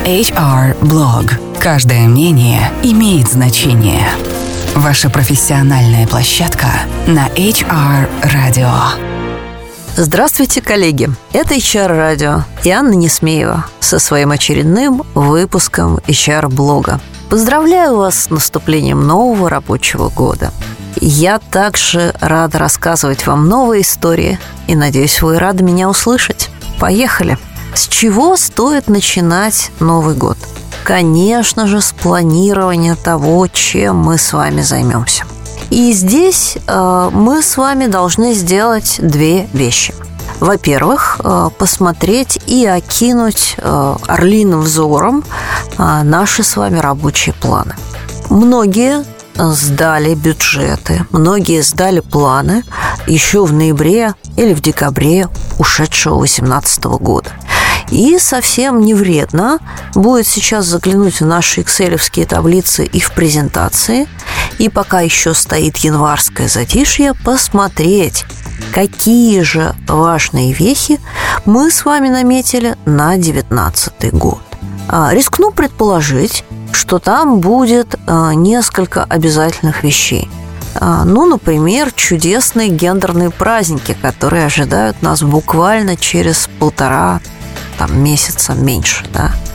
HR-блог. Каждое мнение имеет значение. Ваша профессиональная площадка на HR-радио. Здравствуйте, коллеги! Это HR-радио и Анна Несмеева со своим очередным выпуском HR-блога. Поздравляю вас с наступлением нового рабочего года. Я также рада рассказывать вам новые истории и надеюсь, вы рады меня услышать. Поехали! С чего стоит начинать Новый год? Конечно же, с планирования того, чем мы с вами займемся. И здесь мы с вами должны сделать две вещи. Во-первых, посмотреть и окинуть орлиным взором наши с вами рабочие планы. Многие сдали бюджеты, многие сдали планы еще в ноябре или в декабре ушедшего 2018 года. И совсем не вредно будет сейчас заглянуть в наши экселевские таблицы и в презентации, и пока еще стоит январское затишье, посмотреть, какие же важные вехи мы с вами наметили на 2019 год. Рискну предположить, что там будет несколько обязательных вещей. Например, чудесные гендерные праздники, которые ожидают нас буквально через полтора месяца меньше,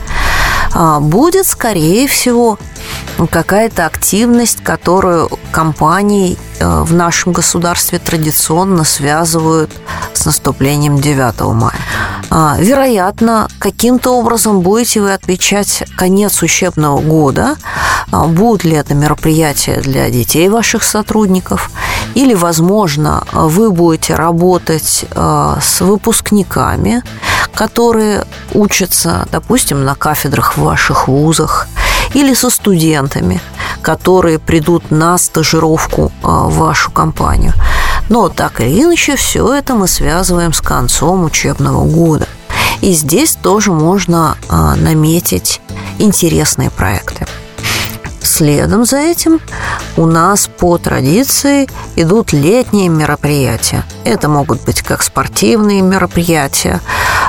да. Будет, скорее всего, какая-то активность, которую компании в нашем государстве традиционно связывают с наступлением 9 мая. Вероятно, каким-то образом будете вы отмечать конец учебного года. Будут ли это мероприятия для детей ваших сотрудников? Или, возможно, вы будете работать с выпускниками, которые учатся, допустим, на кафедрах в ваших вузах, или со студентами, которые придут на стажировку в вашу компанию. Но так или иначе, все это мы связываем с концом учебного года. И здесь тоже можно наметить интересные проекты. Следом за этим у нас по традиции идут летние мероприятия. Это могут быть как спортивные мероприятия,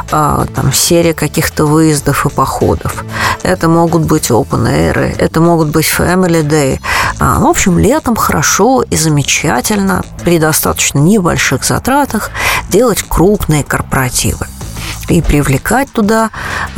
серия каких-то выездов и походов. Это могут быть open-air, это могут быть family day. В общем, летом хорошо и замечательно при достаточно небольших затратах делать крупные корпоративы и привлекать туда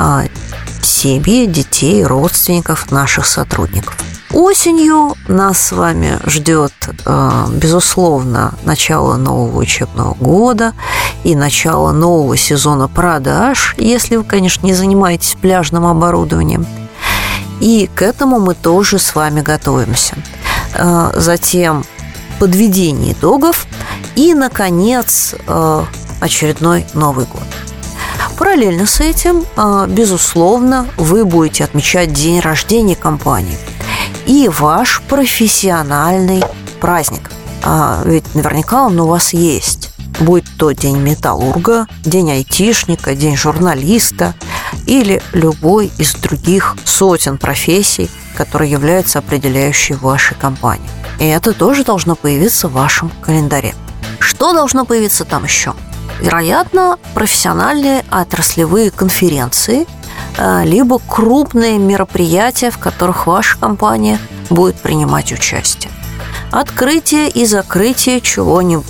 семьи, детей, родственников наших сотрудников. Осенью нас с вами ждет, безусловно, начало нового учебного года и начало нового сезона продаж, если вы, конечно, не занимаетесь пляжным оборудованием. И к этому мы тоже с вами готовимся. Затем подведение итогов и, наконец, очередной Новый год. Параллельно с этим, безусловно, вы будете отмечать день рождения компании и ваш профессиональный праздник. Ведь наверняка он у вас есть. Будь то день металлурга, день айтишника, день журналиста или любой из других сотен профессий, которые являются определяющей в вашей компании. И это тоже должно появиться в вашем календаре. Что должно появиться там еще? Вероятно, профессиональные отраслевые конференции, либо крупные мероприятия, в которых ваша компания будет принимать участие. Открытие и закрытие чего-нибудь.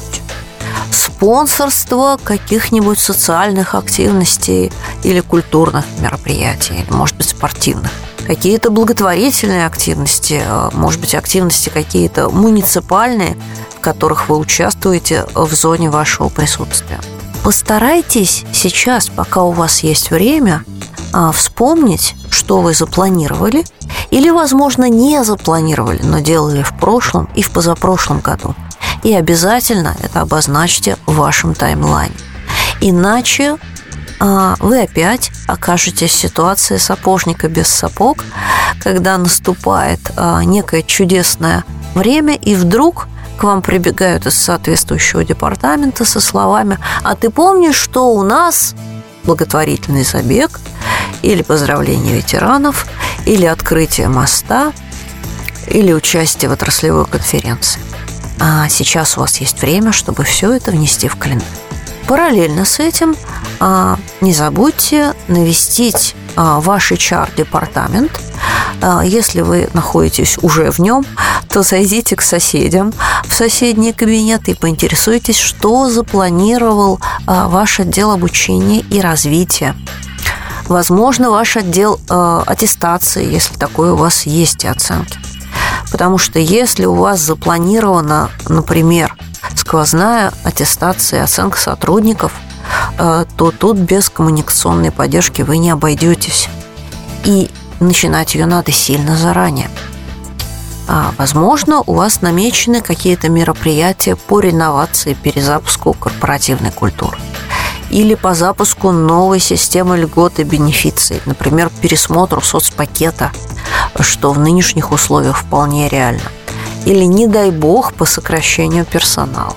Спонсорство каких-нибудь социальных активностей или культурных мероприятий, или, может быть, спортивных. Какие-то благотворительные активности, может быть, активности какие-то муниципальные, в которых вы участвуете в зоне вашего присутствия. Постарайтесь сейчас, пока у вас есть время, вспомнить, что вы запланировали или, возможно, не запланировали, но делали в прошлом и в позапрошлом году. И обязательно это обозначьте в вашем таймлайне. Иначе вы опять окажетесь в ситуации сапожника без сапог, когда наступает некое чудесное время, и вдруг к вам прибегают из соответствующего департамента со словами: «А ты помнишь, что у нас благотворительный забег, или поздравление ветеранов, или открытие моста, или участие в отраслевой конференции?» А сейчас у вас есть время, чтобы все это внести в календарь. Параллельно с этим не забудьте навестить ваш HR-департамент. Если вы находитесь уже в нем, то зайдите к соседям в соседний кабинет и поинтересуйтесь, что запланировал ваш отдел обучения и развития. Возможно, ваш отдел аттестации, если такое у вас есть, и оценки. Потому что если у вас запланирована, например, сквозная аттестация и оценка сотрудников, то тут без коммуникационной поддержки вы не обойдетесь. И начинать ее надо сильно заранее. Возможно, у вас намечены какие-то мероприятия по реновации, перезапуску корпоративной культуры. Или по запуску новой системы льгот и бенефиций, например, пересмотру соцпакета, что в нынешних условиях вполне реально. Или, не дай бог, по сокращению персонала.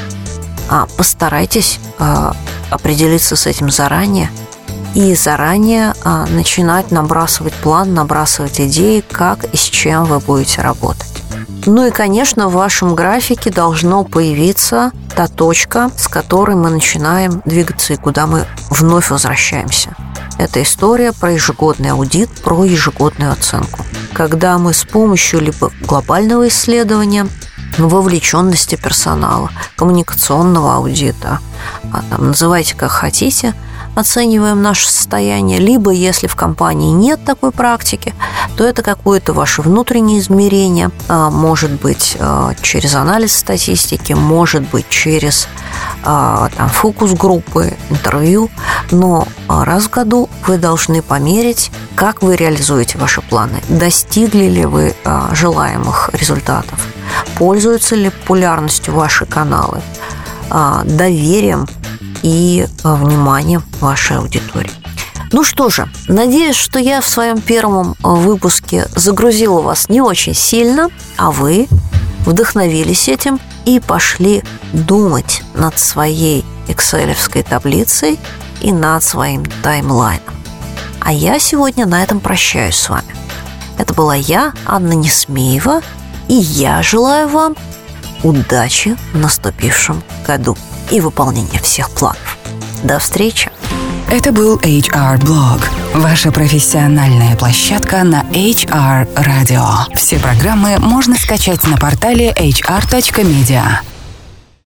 Постарайтесь определиться с этим заранее и заранее начинать набрасывать план, набрасывать идеи, как и с чем вы будете работать. Ну и, конечно, в вашем графике должно появиться та точка, с которой мы начинаем двигаться и куда мы вновь возвращаемся. Это история про ежегодный аудит, про ежегодную оценку. Когда мы с помощью либо глобального исследования, вовлеченности персонала, коммуникационного аудита, называйте как хотите, оцениваем наше состояние, либо если в компании нет такой практики, то это какое-то ваше внутреннее измерение, может быть через анализ статистики, может быть через фокус-группы, интервью, но раз в году вы должны померить, как вы реализуете ваши планы, достигли ли вы желаемых результатов, пользуются ли популярностью ваши каналы, доверием и вниманием вашей аудитории. Ну что же, надеюсь, что я в своем первом выпуске загрузила вас не очень сильно, а вы вдохновились этим и пошли думать над своей экселевской таблицей и над своим таймлайном. А я сегодня на этом прощаюсь с вами. Это была я, Анна Несмеева, и я желаю вам удачи в наступившем году и выполнения всех планов. До встречи! Это был HR-блог, ваша профессиональная площадка на HR Radio. Все программы можно скачать на портале hr.media.